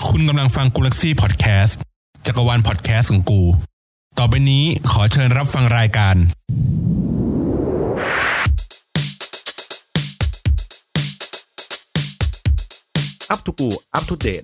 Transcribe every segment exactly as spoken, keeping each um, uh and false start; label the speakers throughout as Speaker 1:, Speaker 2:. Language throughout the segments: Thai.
Speaker 1: คุณกำลังฟังกูลักซี่พอดแคสต์จักรวาลพอดแคสต์ของกูต่อไปนี้ขอเชิญรับฟังรายการ
Speaker 2: Up to กู Up to date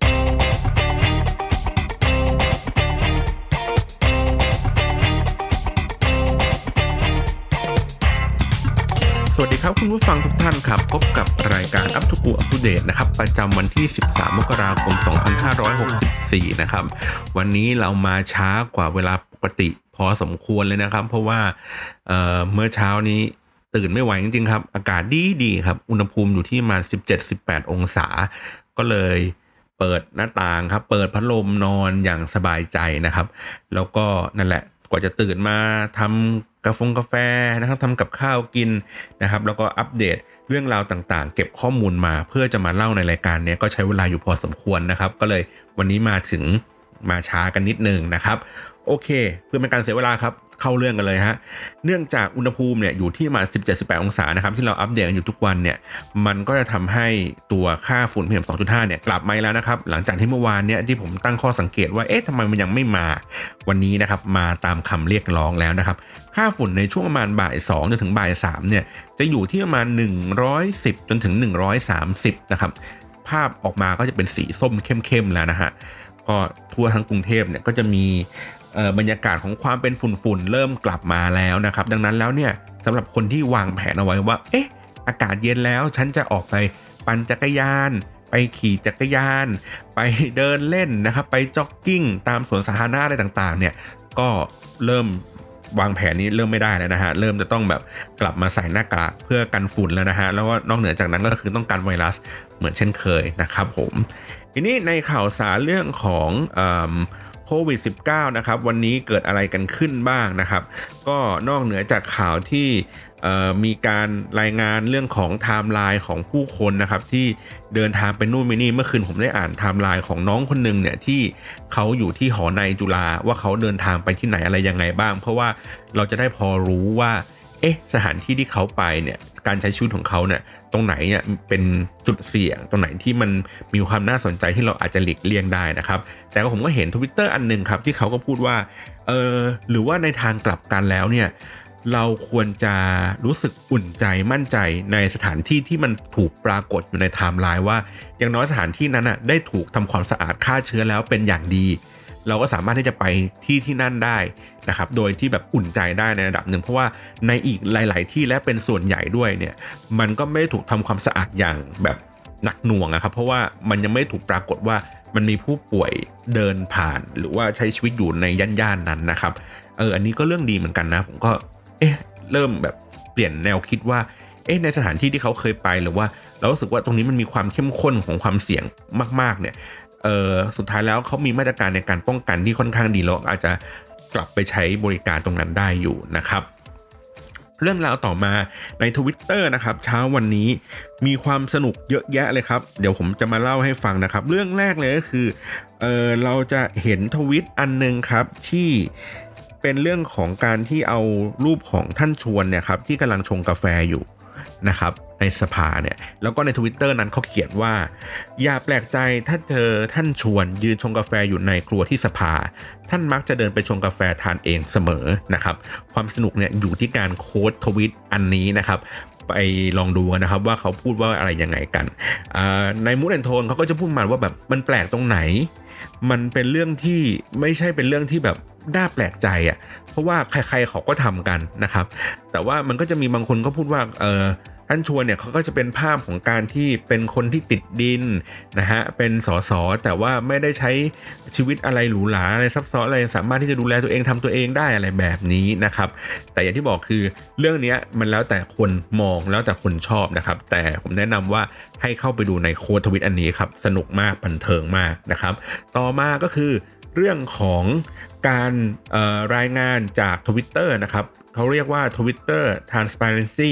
Speaker 2: สวัสดีครับคุณผู้ฟังทุกท่านครับพบกับรายการ Up to กู Up to date นะครับประจำวันที่สิบสามมกราคมสองพันห้าร้อยหกสิบสี่นะครับวันนี้เรามาช้ากว่าเวลาปกติพอสมควรเลยนะครับเพราะว่า เอ่อ เมื่อเช้านี้ตื่นไม่ไหวจริงๆครับอากาศดีดีครับอุณหภูมิอยู่ที่ประมาณ สิบเจ็ดถึงสิบแปด องศาก็เลยเปิดหน้าต่างครับเปิดพัดลมนอนอย่างสบายใจนะครับแล้วก็นั่นแหละกว่าจะตื่นมาทำกาแฟกาแฟนะครับทำกับข้าวกินนะครับแล้วก็อัปเดตเรื่องราวต่างๆเก็บข้อมูลมาเพื่อจะมาเล่าในรายการนี้ก็ใช้เวลาอยู่พอสมควรนะครับก็เลยวันนี้มาถึงมาช้ากันนิดนึงนะครับโอเคเพื่อเป็นการเสียเวลาครับเข้าเรื่องกันเลยฮะเนื่องจากอุณหภูมิเนี่ยอยู่ที่มา สิบเจ็ดถึงสิบแปด องศานะครับที่เราอัปเดตกันอยู่ทุกวันเนี่ยมันก็จะทำให้ตัวค่าฝุ่น พี เอ็ม สองจุดห้า เนี่ยกลับมาแล้วนะครับหลังจากที่เมื่อวานเนี่ยที่ผมตั้งข้อสังเกตว่าเอ๊ะทำไมมันยังไม่มาวันนี้นะครับมาตามคำเรียกร้องแล้วนะครับค่าฝุ่นในช่วงประมาณบ่ายสองจนถึงบ่ายสามเนี่ยจะอยู่ที่ประมาณหนึ่งร้อยสิบจนถึงหนึ่งร้อยสามสิบนะครับภาพออกมาก็จะเป็นสีส้มเข้มๆแล้วนะฮะก็ทั่วทั้งกรุงเทพเนี่ยก็จะมีบรรยากาศของความเป็นฝุ่นๆเริ่มกลับมาแล้วนะครับดังนั้นแล้วเนี่ยสำหรับคนที่วางแผนเอาไว้ว่าเอ๊ะอากาศเย็นแล้วฉันจะออกไปปั่นจักรยานไปขี่จักรยานไปเดินเล่นนะครับไปจ็อกกิ้งตามสวนสาธารณะอะไรต่างๆเนี่ยก็เริ่มวางแผนนี้เริ่มไม่ได้แล้วนะฮะเริ่มจะต้องแบบกลับมาใส่หน้ากากเพื่อกันฝุ่นแล้วนะฮะแล้วก็นอกเหนือจากนั้นก็คือต้องกันไวรัสเหมือนเช่นเคยนะครับผมทีนี้ในข่าวสารเรื่องของเอ่อโควิด สิบเก้า นะครับวันนี้เกิดอะไรกันขึ้นบ้างนะครับก็นอกเหนือจากข่าวที่มีการรายงานเรื่องของไทม์ไลน์ของผู้คนนะครับที่เดินทางไปนู่นไปนี่เมื่อคืนผมได้อ่านไทม์ไลน์ของน้องคนนึงเนี่ยที่เขาอยู่ที่หอในจุฬาว่าเขาเดินทางไปที่ไหนอะไรยังไงบ้างเพราะว่าเราจะได้พอรู้ว่าเอ๊ะสถานที่ที่เขาไปเนี่ยการใช้ชีวิตของเขาเนี่ยตรงไหนเนี่ยเป็นจุดเสี่ยงตรงไหนที่มันมีความน่าสนใจที่เราอาจจะหลีกเลี่ยงได้นะครับแต่ผมก็เห็น Twitter อันนึงครับที่เขาก็พูดว่าเออหรือว่าในทางกลับกันแล้วเนี่ยเราควรจะรู้สึกอุ่นใจมั่นใจในสถานที่ที่มันถูกปรากฏอยู่ในไทม์ไลน์ว่าอย่างน้อยสถานที่นั้นน่ะได้ถูกทำความสะอาดฆ่าเชื้อแล้วเป็นอย่างดีเราก็สามารถที่จะไปที่ที่นั่นได้นะครับโดยที่แบบอุ่นใจได้ในระดับหนึ่งเพราะว่าในอีกหลายๆที่และเป็นส่วนใหญ่ด้วยเนี่ยมันก็ไม่ได้ถูกทำความสะอาดอย่างแบบหนักหน่วงอะครับเพราะว่ามันยังไม่ถูกปรากฏว่ามันมีผู้ป่วยเดินผ่านหรือว่าใช้ชีวิตอยู่ในย่านๆนั้นนะครับเอออันนี้ก็เรื่องดีเหมือนกันนะผมก็เอ๊ะเริ่มแบบเปลี่ยนแนวคิดว่าเอ๊ะในสถานที่ที่เขาเคยไปหรือว่าเรารู้สึกว่าตรงนี้มันมีความเข้มข้นของความเสี่ยงมากๆเนี่ยเออสุดท้ายแล้วเขามีมาตรการในการป้องกันที่ค่อนข้างดีแล้วอาจจะกลับไปใช้บริการตรงนั้นได้อยู่นะครับเรื่องราวต่อมาใน Twitter นะครับเช้าวันนี้มีความสนุกเยอะแยะเลยครับเดี๋ยวผมจะมาเล่าให้ฟังนะครับเรื่องแรกเลยก็คือเออเราจะเห็นทวิตอันนึงครับที่เป็นเรื่องของการที่เอารูปของท่านชวนเนี่ยครับที่กำลังชงกาแฟอยู่นะครับในสภาเนี่ยแล้วก็ใน Twitter นั้นเขาเขียนว่าอย่าแปลกใจถ้าเจอท่านชวนยืนชงกาแฟอยู่ในครัวที่สภาท่านมักจะเดินไปชงกาแฟทานเองเสมอนะครับความสนุกเนี่ยอยู่ที่การโค้ดทวิตอันนี้นะครับไปลองดูกันนะครับว่าเขาพูดว่าอะไรยังไงกันในมูดแอนด์โทนเขาก็จะพูดมาว่าแบบมันแปลกตรงไหนมันเป็นเรื่องที่ไม่ใช่เป็นเรื่องที่แบบน่าแปลกใจอ่ะเพราะว่าใครๆเขาก็ทำกันนะครับแต่ว่ามันก็จะมีบางคนก็พูดว่าเออท่านชวนเนี่ยเขาก็จะเป็นภาพของการที่เป็นคนที่ติดดินนะฮะเป็นสสแต่ว่าไม่ได้ใช้ชีวิตอะไรหรูหราอะไรซับซ้อนอะไรสามารถที่จะดูแลตัวเองทำตัวเองได้อะไรแบบนี้นะครับแต่อย่างที่บอกคือเรื่องนี้มันแล้วแต่คนมองแล้วแต่คนชอบนะครับแต่ผมแนะนำว่าให้เข้าไปดูในโค้ดทวิตอันนี้ครับสนุกมากบันเทิงมากนะครับต่อมาก็คือเรื่องของการรายงานจาก Twitter นะครับเขาเรียกว่า Twitter Transparency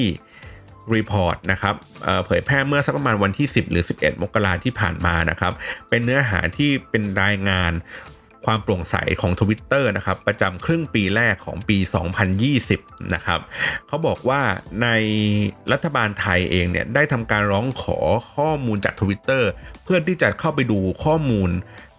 Speaker 2: Report นะครับเอ่อเผยแพร่เมื่อสักประมาณวันที่สิบหรือสิบเอ็ดมกราคมที่ผ่านมานะครับเป็นเนื้อหาที่เป็นรายงานความโปร่งใสของ Twitter นะครับประจำครึ่งปีแรกของปีสองพันยี่สิบนะครับเขาบอกว่าในรัฐบาลไทยเองเนี่ยได้ทำการร้องขอข้อมูลจาก Twitter เพื่อที่จะเข้าไปดูข้อมูล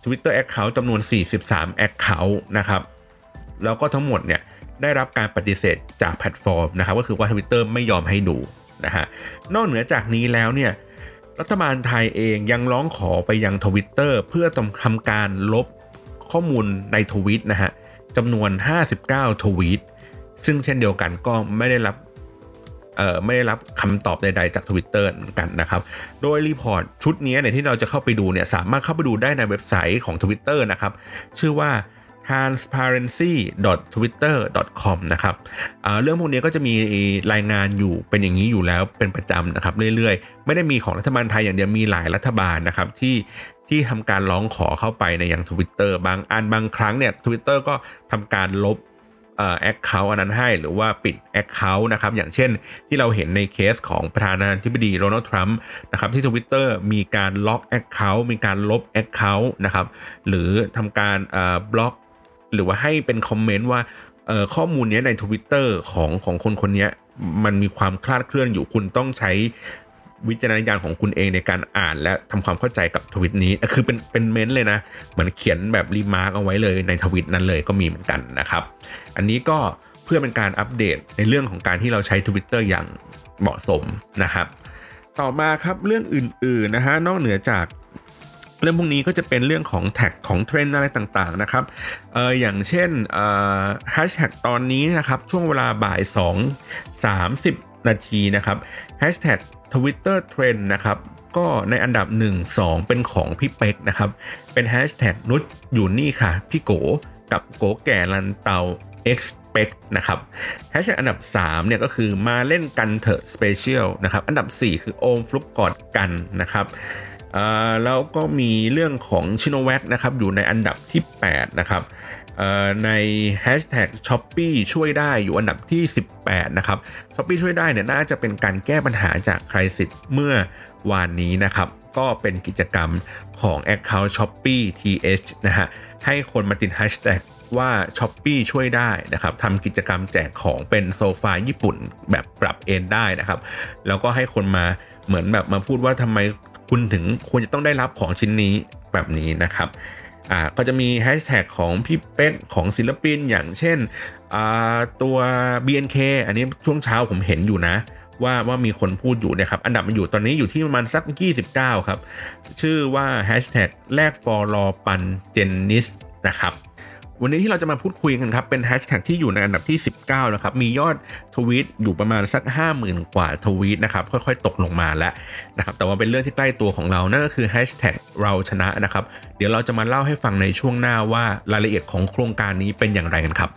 Speaker 2: Twitter Account จำนวนสี่สิบสาม Account นะครับแล้วก็ทั้งหมดเนี่ยได้รับการปฏิเสธจากแพลตฟอร์มนะครับก็คือว่า Twitter ไม่ยอมให้ดูนะฮะนอกเหนือจากนี้แล้วเนี่ยรัฐบาลไทยเองยังร้องขอไปยัง Twitter เพื่อทำการลบข้อมูลในทวีตนะฮะจำนวนห้าสิบเก้าทวีตซึ่งเช่นเดียวกันก็ไม่ได้รับเอ่อไม่ได้รับคำตอบใดๆจาก Twitter เหมือนกันนะครับโดยรีพอร์ตชุดนี้เนี่ยที่เราจะเข้าไปดูเนี่ยสามารถเข้าไปดูได้ในเว็บไซต์ของ Twitter นะครับชื่อว่า ทรานส์พาเรนซี ดอท ทวิตเตอร์ ดอท คอม นะครับเรื่องพวกนี้ก็จะมีรายงานอยู่เป็นอย่างนี้อยู่แล้วเป็นประจำนะครับเรื่อยๆไม่ได้มีของรัฐบาลไทยอย่างเดียวมีหลายรัฐบาลนะครับที่ที่ทำการร้องขอเข้าไปในยัง Twitter บางอันบางครั้งเนี่ย Twitter ก็ทำการลบเอ่อ account อันนั้นให้หรือว่าปิด account นะครับอย่างเช่นที่เราเห็นในเคสของประธานาธิบดีโดนัลด์ทรัมป์นะครับที่ Twitter มีการล็อก account มีการลบ account นะครับหรือทำการเอ่อบล็อกหรือว่าให้เป็นคอมเมนต์ว่าเอ่อข้อมูลนี้ใน Twitter ของของคนคนนี้มันมีความคลาดเคลื่อนอยู่คุณต้องใช้วิจารณญาณของคุณเองในการอ่านและทำความเข้าใจกับทวิตนี้คือเป็นเป็นเมนต์เลยนะเหมือนเขียนแบบรีมาร์กเอาไว้เลยในทวิตนั้นเลยก็มีเหมือนกันนะครับอันนี้ก็เพื่อเป็นการอัปเดตในเรื่องของการที่เราใช้ Twitter อย่างเหมาะสมนะครับต่อมาครับเรื่องอื่นๆนะฮะนอกเหนือจากเรื่องพวกนี้ก็จะเป็นเรื่องของแท็กของเทรนด์อะไรต่างๆนะครับเอออย่างเช่นเอ่อแฮชแท็กตอนนี้นะครับช่วงเวลาบ่ายสอง สามสิบนาทีนะครับแฮชแท็กTwitter Trend นะครับก็ในอันดับหนึ่ง สองเป็นของพี่เป็กนะครับเป็นแฮชแท็กนุชอยู่นี่ค่ะพี่โกกับโกแก่ลันเตา X เป็กนะครับแฮชแท็กอันดับสามเนี่ยก็คือมาเล่นกันเถอะสเปเชียลนะครับอันดับสี่คือโอมฟลุกกอดกันนะครับอ่าแล้วก็มีเรื่องของชิโนแวคนะครับอยู่ในอันดับที่แปดนะครับใน Hashtag Shopee ช่วยได้อยู่อันดับที่สิบแปดนะครับ Shopee ช่วยได้เนี่ยน่าจะเป็นการแก้ปัญหาจากไครซิสเมื่อวานนี้นะครับก็เป็นกิจกรรมของ Account Shopee ที เอช นะฮะให้คนมาติด Hashtag ว่า Shopee ช่วยได้นะครับทำกิจกรรมแจกของเป็นโซฟาญี่ปุ่นแบบปรับเอนได้นะครับแล้วก็ให้คนมาเหมือนแบบมาพูดว่าทำไมคุณถึงควรจะต้องได้รับของชิ้นนี้แบบนี้นะครับอ่าก็จะมีแฮชแท็กของพี่เป๊กของศิลปินอย่างเช่นอ่าตัว บี เอ็น เค อันนี้ช่วงเช้าผมเห็นอยู่นะว่าว่ามีคนพูดอยู่นะครับอันดับมันอยู่ตอนนี้อยู่ที่ประมาณสักยี่สิบเก้าครับชื่อว่าแฮชแท็กแลกฟอรอปันเจนนิสนะครับวันนี้ที่เราจะมาพูดคุยกันครับเป็นแฮชแท็กที่อยู่ในอันดับที่สิบเก้านะครับมียอดทวีตอยู่ประมาณสัก ห้าหมื่น กว่าทวีตนะครับค่อยๆตกลงมาแล้วนะครับแต่ว่าเป็นเรื่องที่ใกล้ตัวของเรานั่นก็คือแฮชแท็กเราชนะนะครับเดี๋ยวเราจะมาเล่าให้ฟังในช่วงหน้าว่ารายละเอียดของโครงการนี้เป็นอย่างไรกันครับ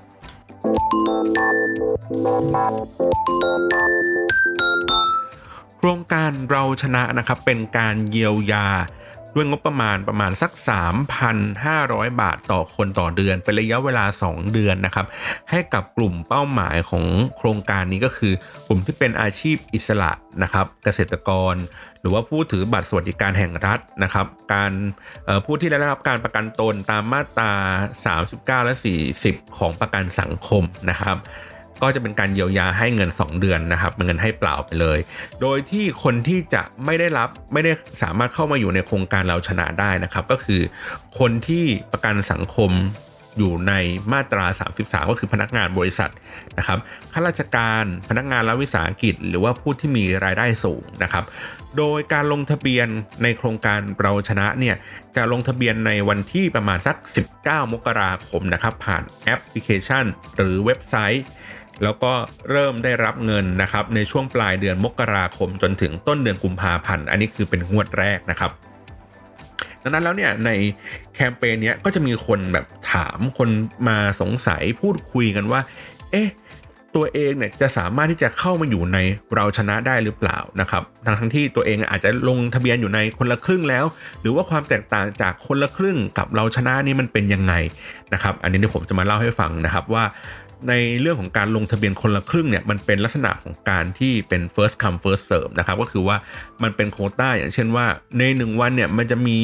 Speaker 2: โครงการเราชนะนะครับเป็นการเยียวยาด้วยงบประมาณประมาณสัก สามพันห้าร้อย บาทต่อคนต่อเดือนเป็นระยะเวลาสองเดือนนะครับให้กับกลุ่มเป้าหมายของโครงการนี้ก็คือกลุ่มที่เป็นอาชีพอิสระนะครับเกษตรกรหรือว่าผู้ถือบัตรสวัสดิการแห่งรัฐนะครับการผู้ที่ได้รับการประกันตนตามมาตราสามสิบเก้าและสี่สิบของประกันสังคมนะครับก็จะเป็นการเยียวยาให้เงินสองเดือนนะครับเป็นเงินให้เปล่าไปเลยโดยที่คนที่จะไม่ได้รับไม่ได้สามารถเข้ามาอยู่ในโครงการเราชนะได้นะครับก็คือคนที่ประกันสังคมอยู่ในมาตราสามสิบสามก็คือพนักงานบริษัทนะครับข้าราชการพนักงานรัฐวิสาหกิจหรือว่าผู้ที่มีรายได้สูงนะครับโดยการลงทะเบียนในโครงการเราชนะเนี่ยจะลงทะเบียนในวันที่ประมาณสักสิบเก้ามกราคมนะครับผ่านแอปพลิเคชันหรือเว็บไซต์แล้วก็เริ่มได้รับเงินนะครับในช่วงปลายเดือนมกราคมจนถึงต้นเดือนกุมภาพันธ์อันนี้คือเป็นงวดแรกนะครับดังนั้นแล้วเนี่ยในแคมเปญนี้ก็จะมีคนแบบถามคนมาสงสัยพูดคุยกันว่าเอ๊ะตัวเองเนี่ยจะสามารถที่จะเข้ามาอยู่ในเราชนะได้หรือเปล่านะครับทั้งทั้งที่ตัวเองอาจจะลงทะเบียนอยู่ในคนละครึ่งแล้วหรือว่าความแตกต่างจากคนละครึ่งกับเราชนะนี่มันเป็นยังไงนะครับอันนี้เดี๋ยวผมจะมาเล่าให้ฟังนะครับว่าในเรื่องของการลงทะเบียนคนละครึ่งเนี่ยมันเป็นลักษณะของการที่เป็น first come first serve นะครับก็คือว่ามันเป็นโควต้าอย่างเช่นว่าในหนึ่งวันเนี่ยมันจะมี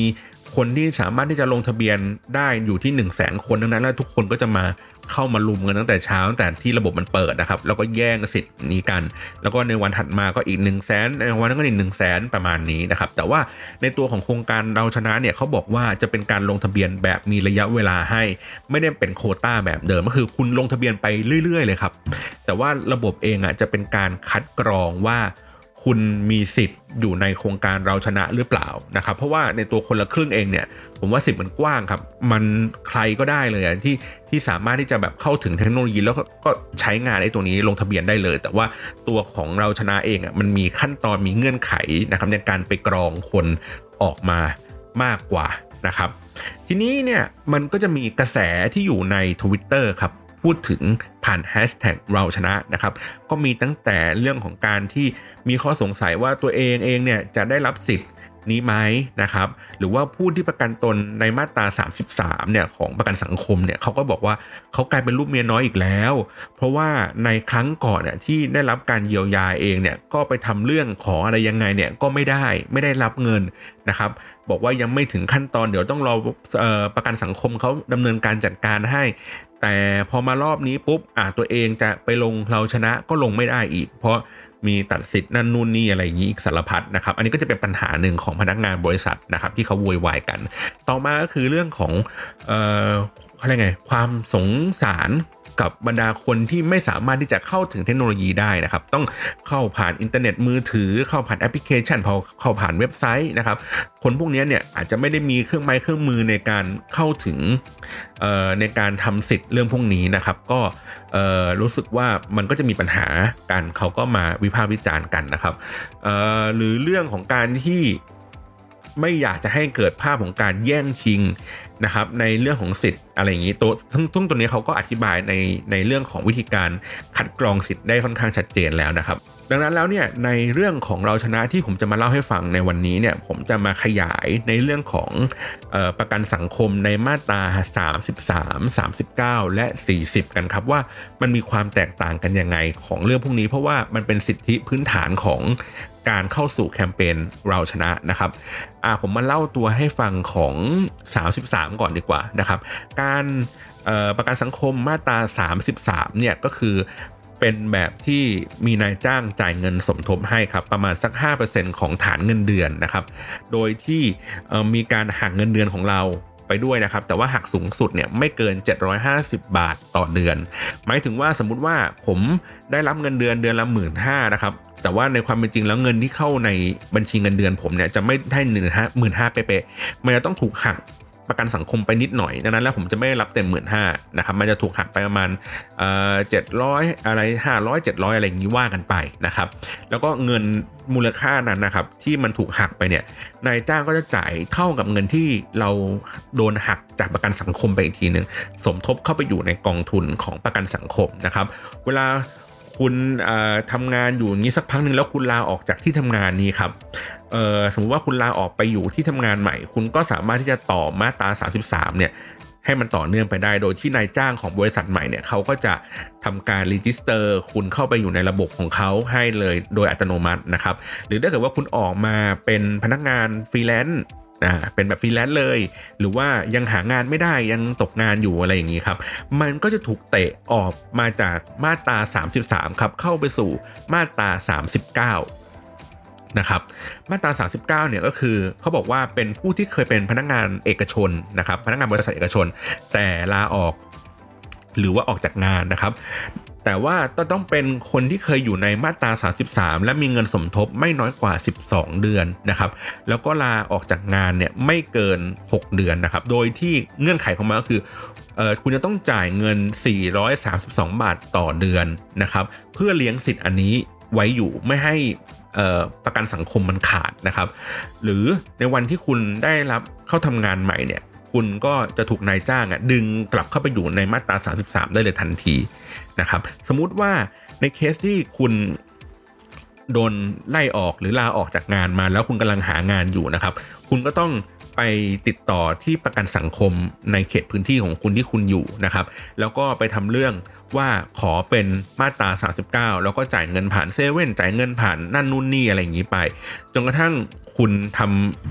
Speaker 2: คนที่สามารถที่จะลงทะเบียนได้อยู่ที่ หนึ่งแสน คนดังนั้นแล้วทุกคนก็จะมาเข้ามาลุมกันตั้งแต่เช้าตั้งแต่ที่ระบบมันเปิดนะครับแล้วก็แย่งสิทธิ์นี้กันแล้วก็ในวันถัดมาก็อีก หนึ่งแสน ในวันนั้นก็อีก หนึ่งแสน ประมาณนี้นะครับแต่ว่าในตัวของโครงการเราชนะเนี่ยเขาบอกว่าจะเป็นการลงทะเบียนแบบมีระยะเวลาให้ไม่ได้เป็นโควต้าแบบเดิมก็คือคุณลงทะเบียนไปเรื่อยๆเลยครับแต่ว่าระบบเองอ่ะจะเป็นการคัดกรองว่าคุณมีสิทธิ์อยู่ในโครงการเราชนะหรือเปล่านะครับเพราะว่าในตัวคนละครึ่งเองเนี่ยผมว่าสิทธิ์มันกว้างครับมันใครก็ได้เลยที่ที่สามารถที่จะแบบเข้าถึงเทคโนโลยีแล้วก็ใช้งานไอ้ตัวนี้ลงทะเบียนได้เลยแต่ว่าตัวของเราชนะเองอ่ะมันมีขั้นตอนมีเงื่อนไขนะครับในการไปกรองคนออกมามากกว่านะครับทีนี้เนี่ยมันก็จะมีกระแสที่อยู่ใน Twitter ครับพูดถึงผ่านแฮชแท็กเราชนะนะครับก็มีตั้งแต่เรื่องของการที่มีข้อสงสัยว่าตัวเองเองเนี่ยจะได้รับสิทธิ์นี้ไหมนะครับหรือว่าผู้ที่ประกันตนในมาตราสามสิบสามเนี่ยของประกันสังคมเนี่ยเขาก็บอกว่าเขากลายเป็นลูกเมียน้อยอีกแล้วเพราะว่าในครั้งก่อนเนี่ยที่ได้รับการเยียวยาเองเนี่ยก็ไปทำเรื่องขออะไรยังไงเนี่ยก็ไม่ได้ไม่ได้รับเงินนะครับบอกว่ายังไม่ถึงขั้นตอนเดี๋ยวต้องรอเอ่อประกันสังคมเขาดำเนินการจัดการให้แต่พอมารอบนี้ปุ๊บอ่ะตัวเองจะไปลงเราชนะก็ลงไม่ได้อีกเพราะมีตัดสิทธิ์นั่นนู่นนี่อะไรอย่างนี้อีกสารพัดนะครับอันนี้ก็จะเป็นปัญหาหนึ่งของพนักงานบริษัทนะครับที่เขาโวยวายกันต่อมาก็คือเรื่องของเอ่ออะไรไงความสงสารกับบรรดาคนที่ไม่สามารถที่จะเข้าถึงเทคโนโลยีได้นะครับต้องเข้าผ่านอินเทอร์เน็ตมือถือเข้าผ่านแอปพลิเคชันพอเข้าผ่านเว็บไซต์นะครับคนพวกนี้เนี่ยอาจจะไม่ได้มีเครื่องไม้เครื่องมือในการเข้าถึงในการทำสิทธิ์เรื่องพวกนี้นะครับก็รู้สึกว่ามันก็จะมีปัญหากันเขาก็มาวิพากษ์วิจารณ์กันนะครับหรือเรื่องของการที่ไม่อยากจะให้เกิดภาพของการแย่งชิงนะครับในเรื่องของสิทธิ์อะไรอย่างนี้ตัวทั้งตัวนี้เขาก็อธิบายในในเรื่องของวิธีการคัดกรองสิทธิ์ได้ค่อนข้างชัดเจนแล้วนะครับดังนั้นแล้วเนี่ยในเรื่องของเราชนะที่ผมจะมาเล่าให้ฟังในวันนี้เนี่ยผมจะมาขยายในเรื่องของเอ่อประกันสังคมในมาตราสามสิบสาม สามสิบเก้าและสี่สิบกันครับว่ามันมีความแตกต่างกันยังไงของเรื่องพวกนี้เพราะว่ามันเป็นสิทธิพื้นฐานของการเข้าสู่แคมเปญเราชนะนะครับอ่าผมมาเล่าตัวให้ฟังของสามสิบสามก่อนดีกว่านะครับการเอ่อประกันสังคมมาตราสามสิบสามเนี่ยก็คือเป็นแบบที่มีนายจ้างจ่ายเงินสมทบให้ครับประมาณสัก ห้าเปอร์เซ็นต์ ของฐานเงินเดือนนะครับโดยที่มีการหักเงินเดือนของเราไปด้วยนะครับแต่ว่าหักสูงสุดเนี่ยไม่เกินเจ็ดร้อยห้าสิบบาทต่อเดือนหมายถึงว่าสมมุติว่าผมได้รับเงินเดือนเดือนละ หนึ่งหมื่นห้าพัน นะครับแต่ว่าในความเป็นจริงแล้วเงินที่เข้าในบัญชีเงินเดือนผมเนี่ยจะไม่ได้ หนึ่งหมื่นห้าพัน เป๊ะๆมันจะต้องถูกหักประกันสังคมไปนิดหน่อยดังนั้นแล้วผมจะไม่ได้รับเต็ม หนึ่งหมื่นห้าพัน นะครับมันจะถูกหักไปประมาณเอ่อเจ็ดร้อยอะไรห้าร้อย เจ็ดร้อยอะไรอย่างนี้ว่ากันไปนะครับแล้วก็เงินมูลค่านั้นนะครับที่มันถูกหักไปเนี่ยนายจ้างก็จะจ่ายเท่ากับเงินที่เราโดนหักจากประกันสังคมไปอีกทีนึงสมทบเข้าไปอยู่ในกองทุนของประกันสังคมนะครับเวลาคุณทำงานอยู่อย่างนี้สักพักนึงแล้วคุณลาออกจากที่ทำงานนี้ครับสมมุติว่าคุณลาออกไปอยู่ที่ทำงานใหม่คุณก็สามารถที่จะต่อมาตราสามสิบสามเนี่ยให้มันต่อเนื่องไปได้โดยที่นายจ้างของบริษัทใหม่เนี่ยเขาก็จะทำการรีจิสเตอร์คุณเข้าไปอยู่ในระบบของเขาให้เลยโดยอัตโนมัตินะครับหรือถ้าเกิดว่าคุณออกมาเป็นพนักงานฟรีแลนซ์อ่าเป็นแบบฟรีแลนซ์เลยหรือว่ายังหางานไม่ได้ยังตกงานอยู่อะไรอย่างนี้ครับมันก็จะถูกเตะออกมาจากมาตราสามสิบสามครับเข้าไปสู่มาตราสามสิบเก้านะครับมาตราสามสิบเก้าเนี่ยก็คือเขาบอกว่าเป็นผู้ที่เคยเป็นพนักงานเอกชนนะครับพนักงานบริษัทเอกชนแต่ลาออกหรือว่าออกจากงานนะครับแต่ว่าต้องเป็นคนที่เคยอยู่ในมาตราสามสิบสามและมีเงินสมทบไม่น้อยกว่าสิบสองเดือนนะครับแล้วก็ลาออกจากงานเนี่ยไม่เกินหกเดือนนะครับโดยที่เงื่อนไขของมันก็คือเอ่อคุณจะต้องจ่ายเงินสี่ร้อยสามสิบสองบาทต่อเดือนนะครับเพื่อเลี้ยงสิทธิ์อันนี้ไว้อยู่ไม่ให้ประกันสังคมมันขาดนะครับหรือในวันที่คุณได้รับเข้าทำงานใหม่เนี่ยคุณก็จะถูกนายจ้างอ่ะดึงกลับเข้าไปอยู่ในมาตราสามสิบสามได้เลยทันทีนะครับสมมุติว่าในเคสที่คุณโดนไล่ออกหรือลาออกจากงานมาแล้วคุณกำลังหางานอยู่นะครับคุณก็ต้องไปติดต่อที่ประกันสังคมในเขตพื้นที่ของคุณที่คุณอยู่นะครับแล้วก็ไปทำเรื่องว่าขอเป็นมาตราสามสิบเก้าแล้วก็จ่ายเงินผ่านเซเว่นจ่ายเงินผ่านนั่นนู่นนี่อะไรอย่างนี้ไปจนกระทั่งคุณทำ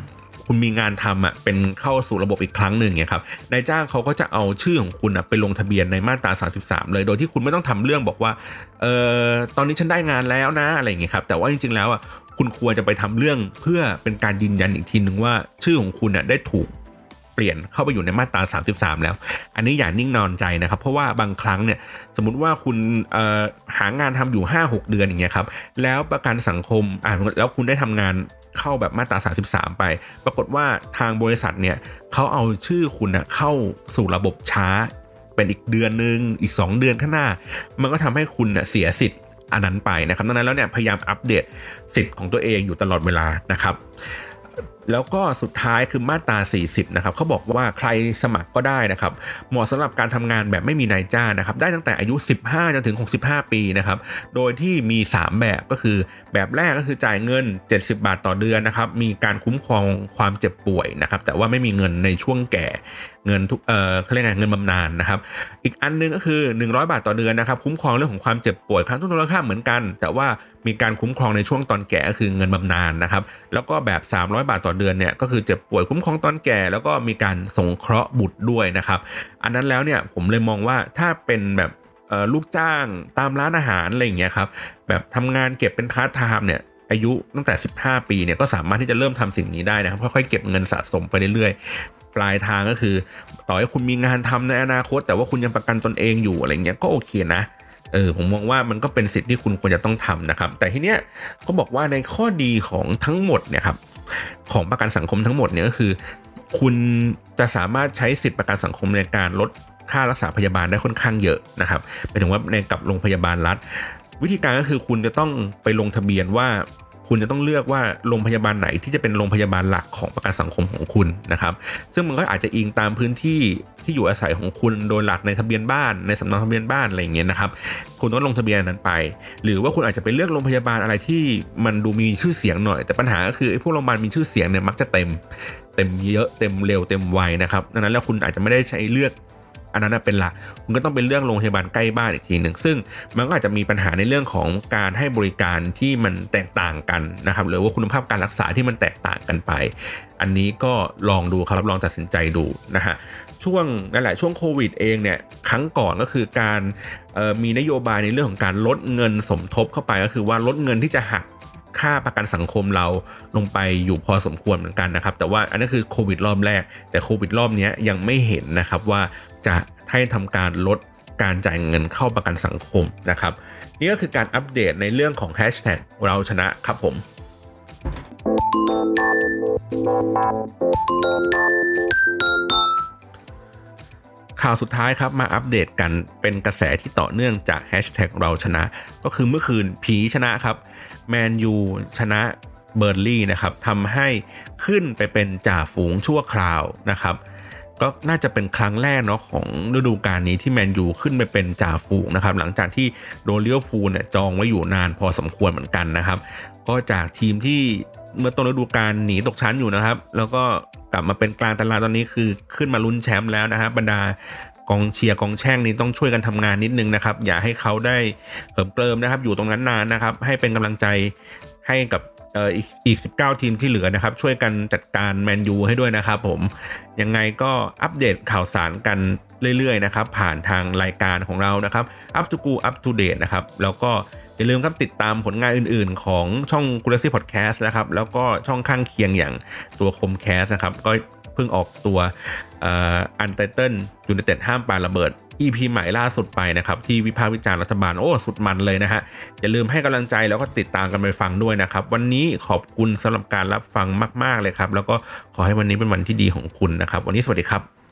Speaker 2: คุณมีงานทำอ่ะเป็นเข้าสู่ระบบอีกครั้งหนึ่งเนี่ยครับนายจ้างเขาก็จะเอาชื่อของคุณอ่ะไปลงทะเบียนในมาตราสามสิบสามเลยโดยที่คุณไม่ต้องทำเรื่องบอกว่าเออตอนนี้ฉันได้งานแล้วนะอะไรอย่างเงี้ยครับแต่ว่าจริงๆแล้วอ่ะคุณควรจะไปทำเรื่องเพื่อเป็นการยืนยันอีกทีนึงว่าชื่อของคุณอ่ะได้ถูกเปลี่ยนเข้าไปอยู่ในมาตราสามสิบสามแล้วอันนี้อย่านิ่งนอนใจนะครับเพราะว่าบางครั้งเนี่ยสมมุติว่าคุณเอ่อหางานทำอยู่ ห้าหก เดือนอย่างเงี้ยครับแล้วประกันสังคมอ่าแล้วคุณได้ทำงานเข้าแบบมาตราสามสิบสามไปปรากฏว่าทางบริษัทเนี่ยเขาเอาชื่อคุณนะเข้าสู่ระบบช้าเป็นอีกเดือนนึงอีกสองเดือนข้างหน้ามันก็ทำให้คุณเน่ยเสียสิทธิ์อันนั้นไปนะครับดังนั้นแล้วเนี่ยพยายามอัปเดตสิทธิ์ของตัวเองอยู่ตลอดเวลานะครับแล้วก็สุดท้ายคือมาตราสี่สิบนะครับเขาบอกว่าใครสมัครก็ได้นะครับเหมาะสำหรับการทำงานแบบไม่มีนายจ้างนะครับได้ตั้งแต่อายุสิบห้าจนถึงหกสิบห้าปีนะครับโดยที่มีสามแบบก็คือแบบแรกก็คือจ่ายเงินเจ็ดสิบบาทต่อเดือนนะครับมีการคุ้มครองความเจ็บป่วยนะครับแต่ว่าไม่มีเงินในช่วงแก่เงินทุกเอ่อเขาเรียกไงเงินบำนาญนะครับอีกอันนึงก็คือหนึ่งร้อยบาทต่อเดือนนะครับคุ้มครองเรื่องของความเจ็บป่วยขั้นต้นมูลค่าเหมือนกันแต่ว่ามีการคุ้มครองในช่วงตอนแก่ก็คือเงินบำนาญนะครับแล้วก็แบบสามร้อยบาทต่อเดือนเนี่ยก็คือเจ็บป่วยคุ้มครองตอนแก่แล้วก็มีการสงเคราะห์บุตรด้วยนะครับอันนั้นแล้วเนี่ยผมเลยมองว่าถ้าเป็นแบบลูกจ้างตามร้านอาหารอะไรอย่างเงี้ยครับแบบทำงานเก็บเป็นพาร์ทไทม์เนี่ยอายุตั้งแต่สิบห้าปีเนี่ยก็สามารถที่จะเริ่มทำสิ่งนี้ได้นะครับค่อยๆเก็บเงินสะสมไปเรื่อยๆปลายทางก็คือต่อให้คุณมีงานทำในอนาคตแต่ว่าคุณยังประกันตนเองอยู่อะไรเงี้ยก็โอเคนะเออผมมองว่ามันก็เป็นสิทธิ์ที่คุณควรจะต้องทำนะครับแต่ทีเนี้ยเขาบอกว่าในข้อดีของทั้งหมดเนี่ยครับของประกันสังคมทั้งหมดเนี่ยก็คือคุณจะสามารถใช้สิทธิประกันสังคมในการลดค่ารักษาพยาบาลได้ค่อนข้างเยอะนะครับหมายถึงว่าในกับโรงพยาบาลรัฐวิธีการก็คือคุณจะต้องไปลงทะเบียนว่าคุณจะต้องเลือกว่าโรงพยาบาลไหนที่จะเป็นโรงพยาบาลหลักของประกันสังคมของคุณนะครับซึ่งมันก็อาจจะอิงตามพื้นที่ที่อยู่อาศัยของคุณโดยหลักในทะเบียนบ้านในสำเนาทะเบียนบ้านอะไรอย่างเงี้ยนะครับคุณต้องลงทะเบียนนั้นไปหรือว่าคุณอาจจะไปเลือกโรงพยาบาลอะไรที่มันดูมีชื่อเสียงหน่อยแต่ปัญหาก็คือไอ้พวกโรงพยาบาลมีชื่อเสียงเนี่ยมักจะเต็มเต็มเยอะเต็มเร็วเต็มไวนะครับดังนั้นแล้วคุณอาจจะไม่ได้ใช้เลือกอันนั้นเป็นหลักคุณก็ต้องเป็นเรื่องโรงพยาบาลใกล้บ้านอีกทีหนึ่งซึ่งมันก็อาจจะมีปัญหาในเรื่องของการให้บริการที่มันแตกต่างกันนะครับหรือว่าคุณภาพการรักษาที่มันแตกต่างกันไปอันนี้ก็ลองดูครับลองตัดสินใจดูนะฮะช่วงนั่นแหละช่วงโควิดเองเนี่ยครั้งก่อนก็คือการมีนโยบายในเรื่องของการลดเงินสมทบเข้าไปก็คือว่าลดเงินที่จะหักค่าประกันสังคมเราลงไปอยู่พอสมควรเหมือนกันนะครับแต่ว่าอันนั้นคือโควิดรอบแรกแต่โควิดรอบนี้ยังไม่เห็นนะครับว่าจะให้ทำการลดการจ่ายเงินเข้าประกันสังคมนะครับนี่ก็คือการอัปเดตในเรื่องของแฮชแท็กเราชนะครับผมข่าวสุดท้ายครับมาอัปเดตกันเป็นกระแสที่ต่อเนื่องจากแฮชแท็กเราชนะก็คือเมื่อคืนผีชนะครับแมนยูชนะเบอร์ลี่นะครับทำให้ขึ้นไปเป็นจ่าฝูงชั่วคราวนะครับก็น่าจะเป็นครั้งแรกเนาะของฤดูกาลนี้ที่แมนยูขึ้นไปเป็นจ่าฝูงนะครับหลังจากที่โดนลิเวอร์พูลเนี่ยจองไว้อยู่นานพอสมควรเหมือนกันนะครับก็จากทีมที่เมื่อต้นฤดูกาลหนีตกชั้นอยู่นะครับแล้วก็กลับมาเป็นกลางตารางตอนนี้คือขึ้นมาลุ้นแชมป์แล้วนะครับบรรดากองเชียร์กองแช่งนี้ต้องช่วยกันทำงานนิดนึงนะครับอย่าให้เขาได้เหิมเกริมนะครับอยู่ตรงนั้นนานนะครับให้เป็นกำลังใจให้กับเอ่ออีกอีกสิบเก้าทีมที่เหลือนะครับช่วยกันจัดการแมนยูให้ด้วยนะครับผมยังไงก็อัปเดตข่าวสารกันเรื่อยๆนะครับผ่านทางรายการของเรานะครับ Up to Go Up to Date นะครับแล้วก็อย่าลืมครับติดตามผลงานอื่นๆของช่อง Galaxy Podcast นะครับแล้วก็ช่องข้างเคียงอย่างตัว Comcast นะครับก็เพิ่งออกตัวเอ่อ Untitled United ห้ามปาระเบิด อี พี ใหม่ล่าสุดไปนะครับที่วิพากษ์วิจารณ์รัฐบาลโอ้สุดมันเลยนะฮะอย่าลืมให้กำลังใจแล้วก็ติดตามกันไปฟังด้วยนะครับวันนี้ขอบคุณสำหรับการรับฟังมากๆเลยครับแล้วก็ขอให้วันนี้เป็นวันที่ดีของคุณนะครับวันนี้สวัสดีครับ